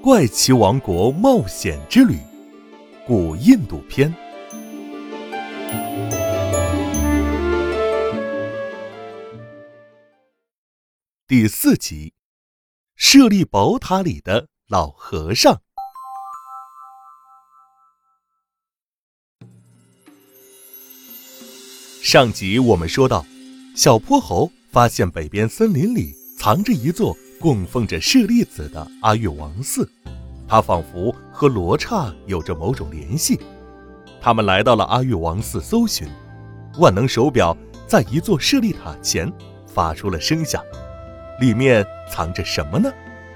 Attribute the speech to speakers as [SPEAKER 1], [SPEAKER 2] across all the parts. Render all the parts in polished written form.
[SPEAKER 1] 怪奇王国冒险之旅》古印度篇第4集，舍利宝塔里的老和尚。上集我们说到，小泼猴发现北边森林里藏着一座供奉着舍利子的阿育王寺，它仿佛和罗刹有着某种联系。他们来到了阿育王寺搜寻，万能手表在一座舍利塔前发出了声响，里面藏着什么呢？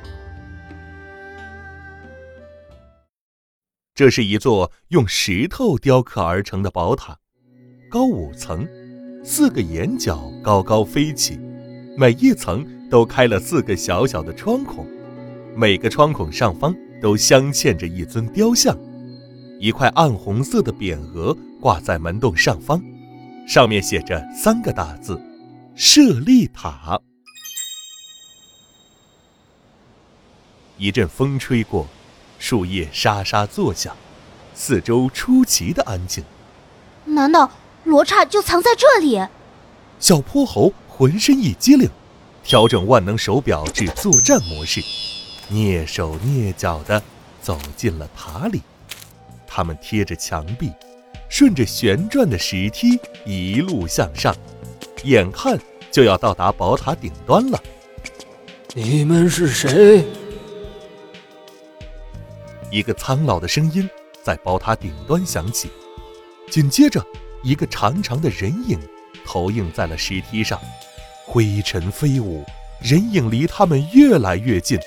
[SPEAKER 1] 这是一座用石头雕刻而成的宝塔，高5层，4个檐角高高飞起，每一层都开了4个小小的窗孔，每个窗孔上方都镶嵌着一尊雕像，一块暗红色的匾额挂在门洞上方，上面写着3个大字：舍利塔。一阵风吹过，树叶沙沙作响，四周出奇的安静。
[SPEAKER 2] 难道罗刹就藏在这里？
[SPEAKER 1] 小泼猴浑身一激灵，调整万能手表至作战模式，蹑手蹑脚地走进了塔里。他们贴着墙壁，顺着旋转的石梯一路向上，眼看就要到达宝塔顶端了。
[SPEAKER 3] 你们是谁？
[SPEAKER 1] 一个苍老的声音在宝塔顶端响起，紧接着一个长长的人影投影在了石梯上，灰尘飞舞，人影离他们越来越近。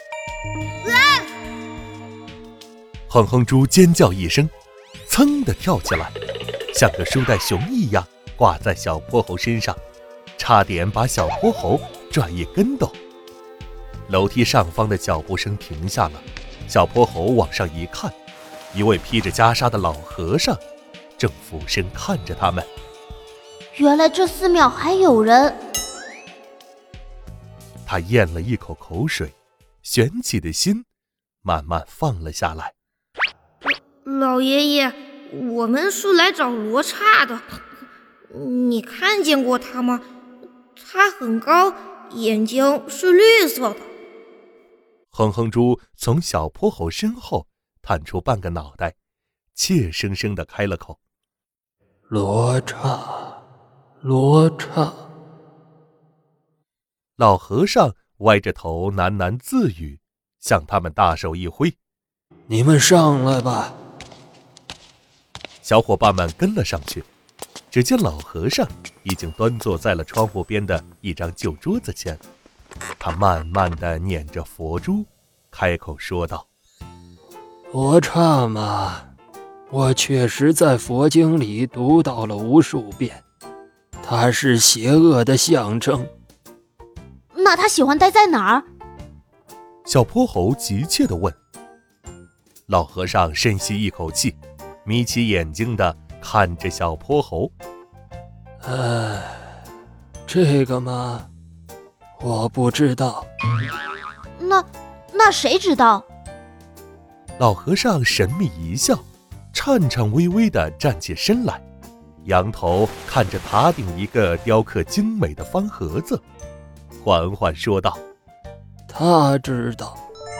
[SPEAKER 1] 哼哼猪尖叫一声，噌地跳起来，像个书袋熊一样挂在小泼猴身上，差点把小泼猴转一跟斗。楼梯上方的脚步声停下了，小泼猴往上一看，一位披着袈裟的老和尚正俯身看着他们。
[SPEAKER 2] 原来这寺庙还有人。
[SPEAKER 1] 他咽了一口口水，悬起的心慢慢放了下来。
[SPEAKER 4] 老爷爷，我们是来找罗刹的，你看见过他吗？他很高，眼睛是绿色的。
[SPEAKER 1] 哼哼猪从小泼猴身后探出半个脑袋，怯生生地开了口：
[SPEAKER 3] 罗刹，罗刹。
[SPEAKER 1] 老和尚歪着头喃喃自语，向他们大手一挥：
[SPEAKER 3] 你们上来吧。
[SPEAKER 1] 小伙伴们跟了上去，只见老和尚已经端坐在了窗户边的一张旧桌子前，他慢慢地捻着佛珠，开口说道：
[SPEAKER 3] 罗刹嘛，我确实在佛经里读到了无数遍，它是邪恶的象征。
[SPEAKER 2] 那他喜欢待在哪儿？
[SPEAKER 1] 小泼猴急切地问。老和尚深吸一口气，眯起眼睛地看着小泼猴。
[SPEAKER 3] 这个嘛，我不知道。
[SPEAKER 2] 那谁知道？
[SPEAKER 1] 老和尚神秘一笑，颤颤巍巍地站起身来，仰头看着塔顶一个雕刻精美的方盒子，缓缓说道：
[SPEAKER 3] 他知道。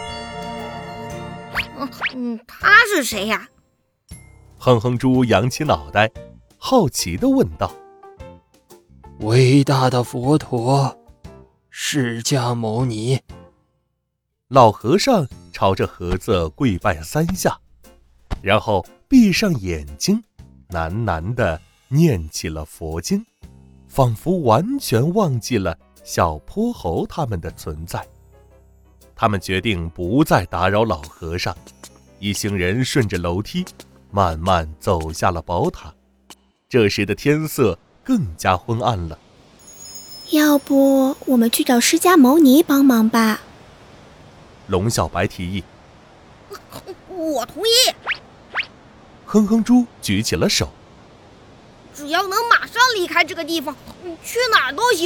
[SPEAKER 4] 他是谁呀？
[SPEAKER 1] 哼哼猪扬起脑袋，好奇地问道：
[SPEAKER 3] 伟大的佛陀，释迦牟尼。
[SPEAKER 1] 老和尚朝着盒子跪拜3下，然后闭上眼睛，喃喃地念起了佛经，仿佛完全忘记了小泼猴他们的存在。他们决定不再打扰老和尚，一行人顺着楼梯慢慢走下了宝塔。这时的天色更加昏暗了。
[SPEAKER 5] 要不我们去找释迦牟尼帮忙吧？
[SPEAKER 1] 龙小白提议。
[SPEAKER 4] 我同意。
[SPEAKER 1] 哼哼猪举起了手。
[SPEAKER 4] 只要能马上离开这个地方，去哪儿都行。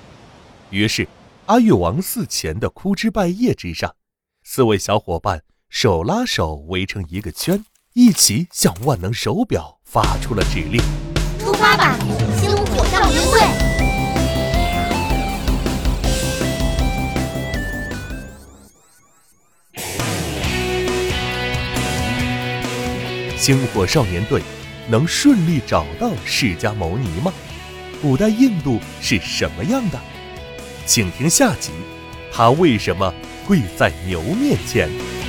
[SPEAKER 1] 于是阿育王寺前的枯枝败叶之上，4位小伙伴手拉手围成一个圈，一起向万能手表发出了指令：
[SPEAKER 2] 出发吧，星火少年队！
[SPEAKER 1] 星火少年队能顺利找到释迦牟尼吗？古代印度是什么样的？请听下集，他为什么跪在牛面前？